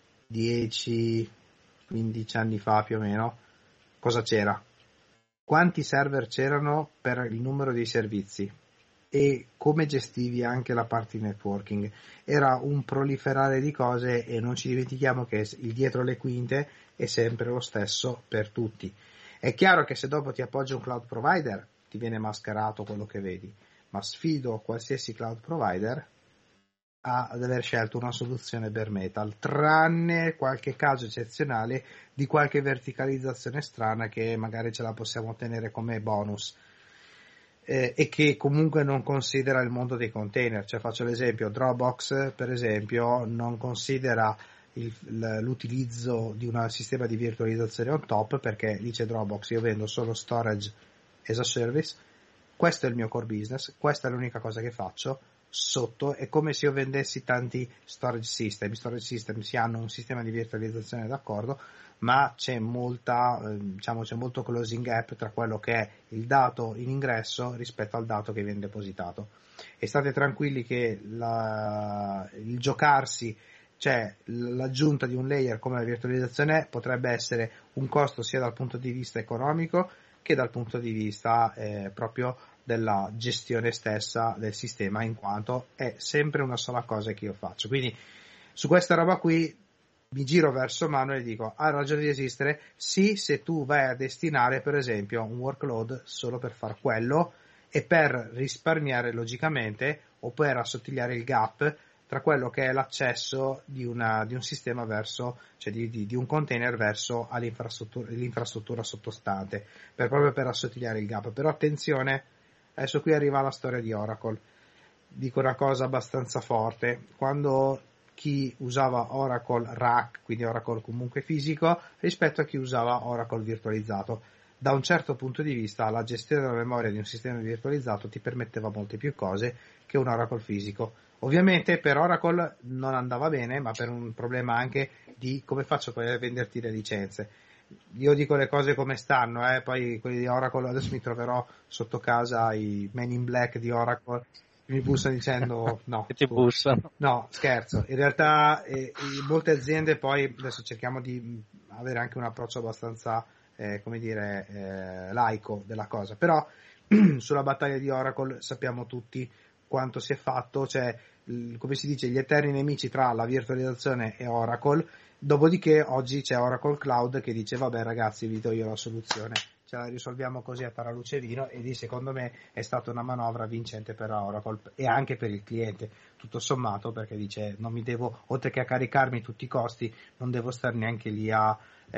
10-15 anni fa più o meno, cosa c'era? Quanti server c'erano per il numero dei servizi e come gestivi anche la parte di networking? Era un proliferare di cose e non ci dimentichiamo che il dietro le quinte è sempre lo stesso per tutti. È chiaro che se dopo ti appoggi un cloud provider ti viene mascherato quello che vedi, ma sfido qualsiasi cloud provider ad aver scelto una soluzione bare metal, tranne qualche caso eccezionale di qualche verticalizzazione strana che magari ce la possiamo ottenere come bonus e che comunque non considera il mondo dei container. Cioè, faccio l'esempio, Dropbox per esempio non considera l'utilizzo di un sistema di virtualizzazione on top, perché dice Dropbox: io vendo solo storage as a service, questo è il mio core business, questa è l'unica cosa che faccio. Sotto è come se io vendessi tanti storage system. I storage system si hanno un sistema di virtualizzazione, d'accordo, ma c'è c'è molto closing gap tra quello che è il dato in ingresso rispetto al dato che viene depositato. E state tranquilli che il giocarsi, cioè l'aggiunta di un layer come la virtualizzazione, potrebbe essere un costo sia dal punto di vista economico che dal punto di vista proprio della gestione stessa del sistema, in quanto è sempre una sola cosa che io faccio. Quindi su questa roba qui mi giro verso Manuel e dico: ha ragione di esistere? Sì, se tu vai a destinare per esempio un workload solo per far quello e per risparmiare logicamente o per assottigliare il gap tra quello che è l'accesso di un sistema verso, cioè di un container verso l'infrastruttura sottostante, proprio per assottigliare il gap. Però attenzione, adesso qui arriva la storia di Oracle. Dico una cosa abbastanza forte: quando chi usava Oracle RAC, quindi Oracle comunque fisico, rispetto a chi usava Oracle virtualizzato, da un certo punto di vista la gestione della memoria di un sistema virtualizzato ti permetteva molte più cose che un Oracle fisico. Ovviamente per Oracle non andava bene, ma per un problema anche di come faccio poi a venderti le licenze. Io dico le cose come stanno, poi quelli di Oracle, adesso mi troverò sotto casa i Men in Black di Oracle che mi bussano dicendo no,
che ti bussano.
No, scherzo. In realtà molte aziende poi, adesso cerchiamo di avere anche un approccio abbastanza laico della cosa, però sulla battaglia di Oracle sappiamo tutti quanto si è fatto, cioè come si dice, gli eterni nemici tra la virtualizzazione e Oracle. Dopodiché oggi c'è Oracle Cloud che dice: vabbè ragazzi, vi do io la soluzione, ce la risolviamo così a paraluce vino, e lì secondo me è stata una manovra vincente per Oracle e anche per il cliente, tutto sommato, perché dice: non mi devo, oltre che a caricarmi tutti i costi, non devo stare neanche lì a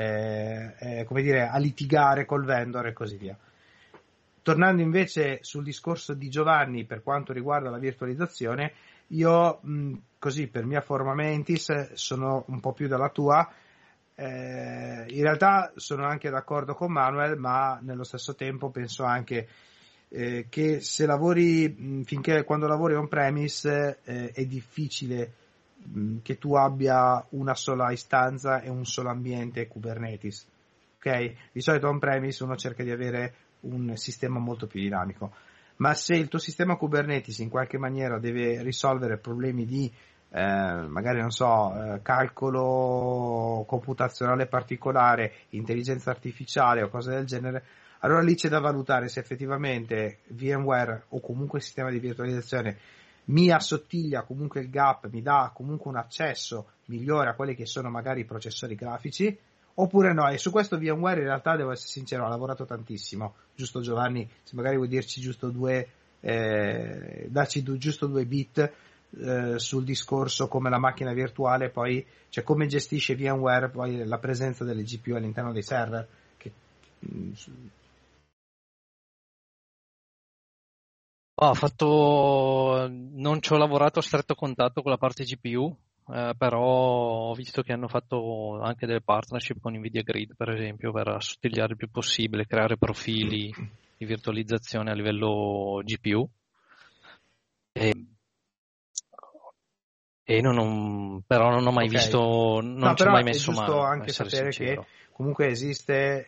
litigare col vendor e così via. Tornando invece sul discorso di Giovanni per quanto riguarda la virtualizzazione, io così per mia forma mentis sono un po' più dalla tua. In realtà sono anche d'accordo con Manuel, ma nello stesso tempo penso anche che se lavori quando lavori on premise è difficile che tu abbia una sola istanza e un solo ambiente Kubernetes. Ok? Di solito on premise uno cerca di avere un sistema molto più dinamico, ma se il tuo sistema Kubernetes in qualche maniera deve risolvere problemi di magari non so, calcolo computazionale particolare, intelligenza artificiale o cose del genere, allora lì c'è da valutare se effettivamente VMware o comunque il sistema di virtualizzazione mi assottiglia comunque il gap, mi dà comunque un accesso migliore a quelli che sono magari i processori grafici, oppure no. E su questo VMware in realtà, devo essere sincero, ha lavorato tantissimo, giusto Giovanni? Se magari vuoi dirci giusto darci giusto 2 bit sul discorso come la macchina virtuale, poi cioè come gestisce VMware poi la presenza delle GPU all'interno dei server.
Non ci ho lavorato a stretto contatto con la parte GPU, però ho visto che hanno fatto anche delle partnership con Nvidia Grid, per esempio, per assottigliare il più possibile, creare profili di virtualizzazione a livello GPU. Però non ho mai visto, non ci ho mai messo mano.
È giusto anche sapere sincero, che comunque esiste,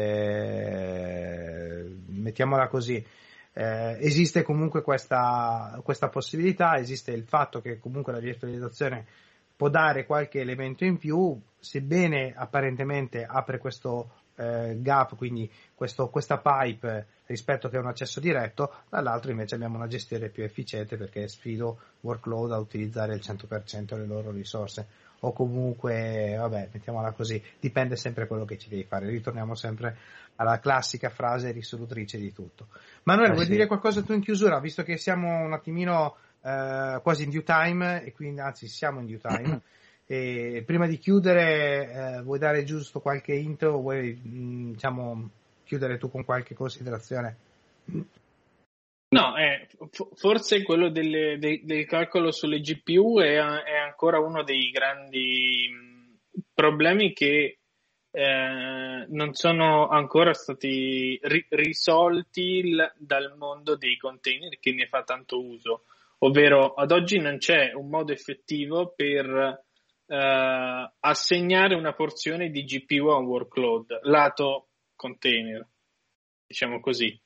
mettiamola così, esiste comunque questa possibilità, esiste il fatto che comunque la virtualizzazione può dare qualche elemento in più, sebbene apparentemente apre questo gap, quindi questa pipe rispetto che è un accesso diretto, dall'altro invece abbiamo una gestione più efficiente perché sfido workload a utilizzare il 100% delle loro risorse, o comunque, vabbè, mettiamola così, dipende sempre da quello che ci devi fare, ritorniamo sempre alla classica frase risolutrice di tutto. Manuel, vuoi dire qualcosa tu in chiusura, visto che siamo un attimino quasi in due time, e quindi anzi siamo in due time, e prima di chiudere vuoi dare giusto qualche intro o vuoi diciamo chiudere tu con qualche considerazione?
No, forse quello del calcolo sulle GPU è ancora uno dei grandi problemi che non sono ancora stati risolti dal mondo dei container che ne fa tanto uso, ovvero ad oggi non c'è un modo effettivo per assegnare una porzione di GPU a un workload lato container, diciamo così.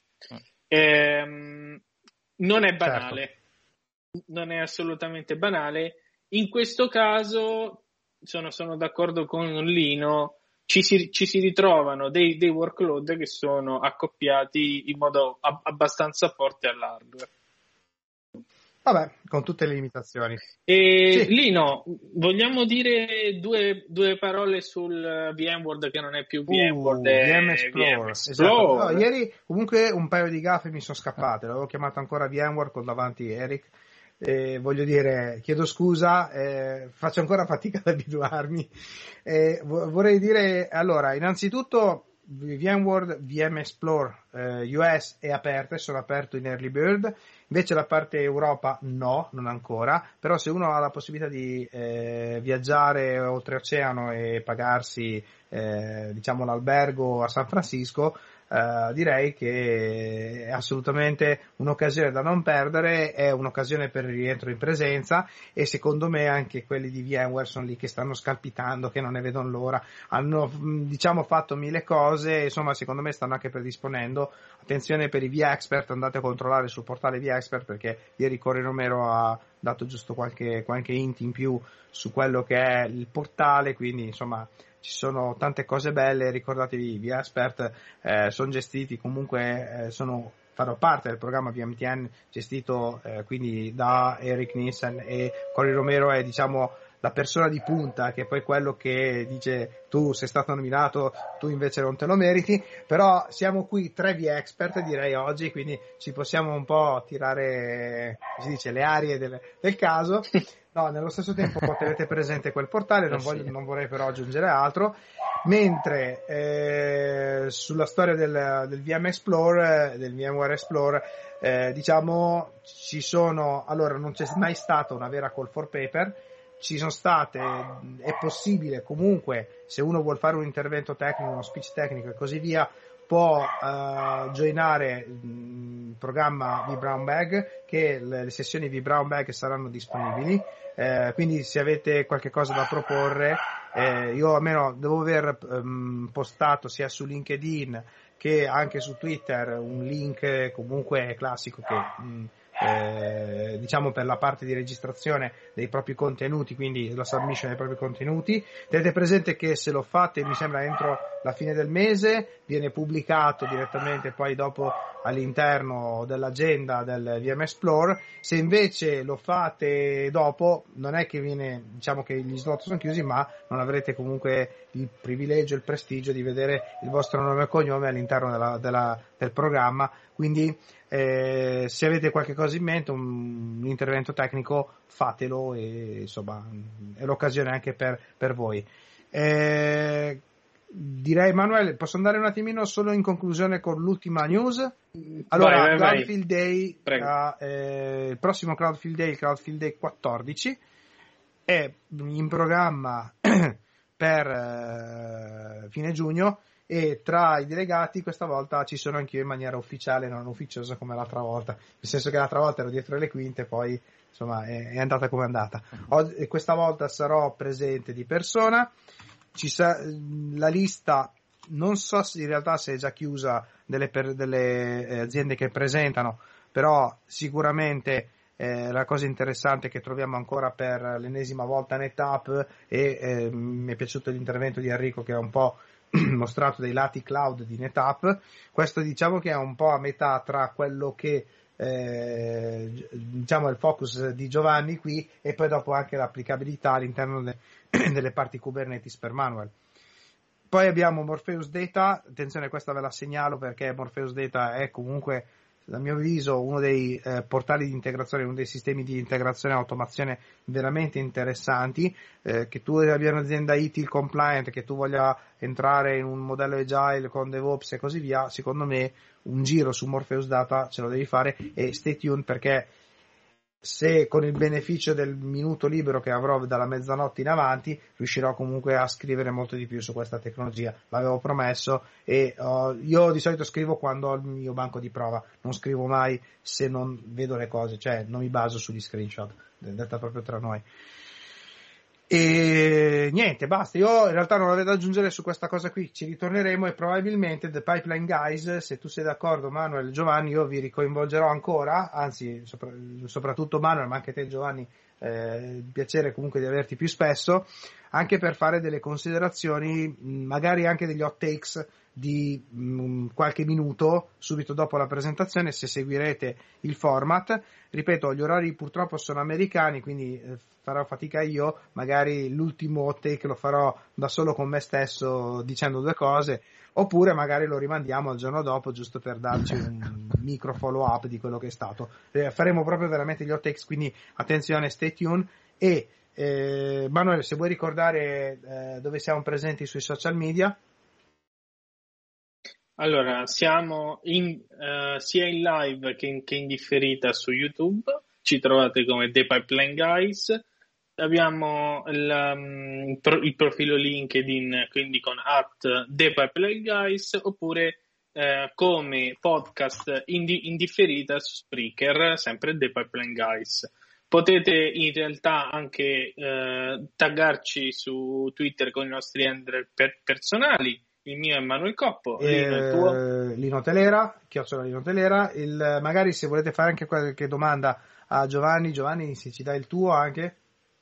Non è banale, non è assolutamente banale. In questo caso sono d'accordo con Lino, ci si ritrovano dei workload che sono accoppiati in modo abbastanza forte all'hardware.
Vabbè, con tutte le limitazioni.
Sì. Lino, vogliamo dire due parole sul VMworld che non è più VMworld,
VMexplorer. Esatto. No, ieri comunque un paio di gaffe mi sono scappate, l'avevo chiamato ancora VMworld con davanti Eric. Voglio dire, chiedo scusa, faccio ancora fatica ad abituarmi. Vorrei dire, allora, innanzitutto VMworld VMexplorer US è aperto, sono aperto in early bird, invece la parte Europa no, non ancora, però se uno ha la possibilità di viaggiare oltreoceano e pagarsi diciamo l'albergo a San Francisco, direi che è assolutamente un'occasione da non perdere, è un'occasione per il rientro in presenza, e secondo me anche quelli di VMware sono lì che stanno scalpitando, che non ne vedono l'ora, hanno diciamo fatto mille cose, insomma secondo me stanno anche predisponendo. Attenzione per i vExpert, andate a controllare sul portale vExpert, perché ieri Cory Romero ha dato giusto qualche hint in più su quello che è il portale, quindi insomma ci sono tante cose belle. Ricordatevi, vExpert sono gestiti comunque, fanno parte del programma VMTN gestito quindi da Eric Nielsen, e Cory Romero è diciamo la persona di punta, che è poi quello che dice tu sei stato nominato, tu invece non te lo meriti. Però siamo qui 3 vExpert direi oggi, quindi ci possiamo un po' tirare, si dice, le arie del caso. No, nello stesso tempo tenete presente quel portale, non vorrei però aggiungere altro. Mentre sulla storia del VM Explorer, del VMware Explorer, diciamo ci sono, allora non c'è mai stata una vera call for paper, ci sono state, è possibile comunque, se uno vuol fare un intervento tecnico, uno speech tecnico e così via, può joinare il programma vBrown Bag, che le sessioni vBrown Bag saranno disponibili, quindi se avete qualche cosa da proporre, io almeno devo aver postato sia su LinkedIn che anche su Twitter un link comunque classico che diciamo per la parte di registrazione dei propri contenuti, quindi la submission dei propri contenuti. Tenete presente che se lo fate, mi sembra entro la fine del mese, viene pubblicato direttamente poi dopo all'interno dell'agenda del VM Explorer. Se invece lo fate dopo, non è che viene, diciamo che gli slot sono chiusi, ma non avrete comunque il privilegio, il prestigio di vedere il vostro nome e cognome all'interno del programma. Quindi se avete qualche cosa in mente, un intervento tecnico, fatelo, e insomma è l'occasione anche per voi. Direi, Manuel, posso andare un attimino solo in conclusione con l'ultima news? Allora, Cloudfield Day, il prossimo Cloudfield Day, il Cloudfield Day 14, è in programma per fine giugno, e tra i delegati questa volta ci sono anch'io in maniera ufficiale, non ufficiosa come l'altra volta, nel senso che l'altra volta ero dietro le quinte, poi insomma è andata come è andata. Questa volta sarò presente di persona, la lista non so in realtà se è già chiusa delle aziende che presentano, però sicuramente la cosa interessante che troviamo ancora per l'ennesima volta NetApp e mi è piaciuto l'intervento di Enrico che ha un po' mostrato dei lati cloud di NetApp. Questo diciamo che è un po' a metà tra quello che diciamo è il focus di Giovanni qui e poi dopo anche l'applicabilità all'interno delle parti Kubernetes per Manuel. Poi abbiamo Morpheus Data, attenzione, questa ve la segnalo perché Morpheus Data è comunque, a mio avviso, uno dei portali di integrazione, uno dei sistemi di integrazione e automazione veramente interessanti, che tu abbia un'azienda ITIL compliant, che tu voglia entrare in un modello agile con DevOps e così via, secondo me un giro su Morpheus Data ce lo devi fare e stay tuned perché se con il beneficio del minuto libero che avrò dalla mezzanotte in avanti riuscirò comunque a scrivere molto di più su questa tecnologia, l'avevo promesso e io di solito scrivo quando ho il mio banco di prova, non scrivo mai se non vedo le cose, cioè non mi baso sugli screenshot, detta proprio tra noi. E niente, basta, io in realtà non avevo da aggiungere su questa cosa qui, ci ritorneremo e probabilmente The Pipeline Guys, se tu sei d'accordo Manuel e Giovanni, io vi ricoinvolgerò ancora, anzi soprattutto Manuel, ma anche te Giovanni, piacere comunque di averti più spesso, anche per fare delle considerazioni, magari anche degli hot takes di qualche minuto subito dopo la presentazione, se seguirete il format. Ripeto, gli orari purtroppo sono americani, quindi farò fatica io, magari l'ultimo hot take lo farò da solo con me stesso dicendo due cose, oppure magari lo rimandiamo al giorno dopo giusto per darci un micro follow up di quello che è stato. Faremo proprio veramente gli hot takes, quindi attenzione, stay tuned. E Manuel, se vuoi ricordare dove siamo presenti sui social media.
Allora, siamo sia in live che in differita su YouTube, ci trovate come The Pipeline Guys, abbiamo il profilo LinkedIn, quindi con @The Pipeline Guys, oppure come podcast in differita su Spreaker, sempre The Pipeline Guys. Potete in realtà anche taggarci su Twitter con i nostri handle personali. Il mio è Manuel Coppo, Lino, il tuo?
Lino Telera, @Lino Telera. Magari se volete fare anche qualche domanda a Giovanni, se ci dai il tuo anche.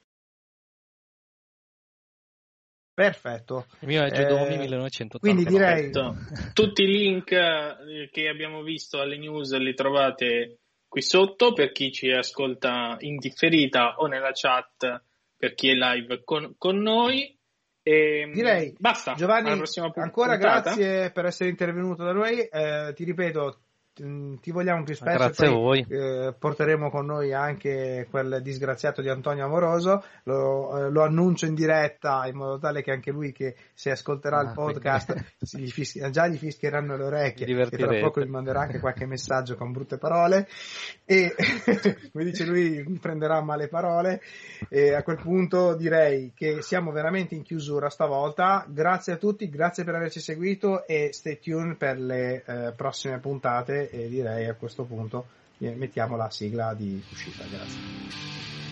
Perfetto.
Il mio è Gedomi 1980.
Quindi direi
tutti i link che abbiamo visto alle news li trovate qui sotto per chi ci ascolta in differita o nella chat per chi è live con noi.
Direi,
basta.
Giovanni, ancora
puntata.
grazie per essere intervenuto da noi. Ti ripeto, ti vogliamo più spesso.
Grazie a voi.
Porteremo con noi anche quel disgraziato di Antonio Amoroso. Lo annuncio in diretta in modo tale che anche lui, che se ascolterà il podcast, già gli fischieranno le orecchie. E tra poco gli manderà anche qualche messaggio con brutte parole. E come dice lui, mi prenderà male parole. E a quel punto direi che siamo veramente in chiusura stavolta. Grazie a tutti, grazie per averci seguito e stay tuned per le prossime puntate. E direi a questo punto mettiamo la sigla di uscita. Grazie.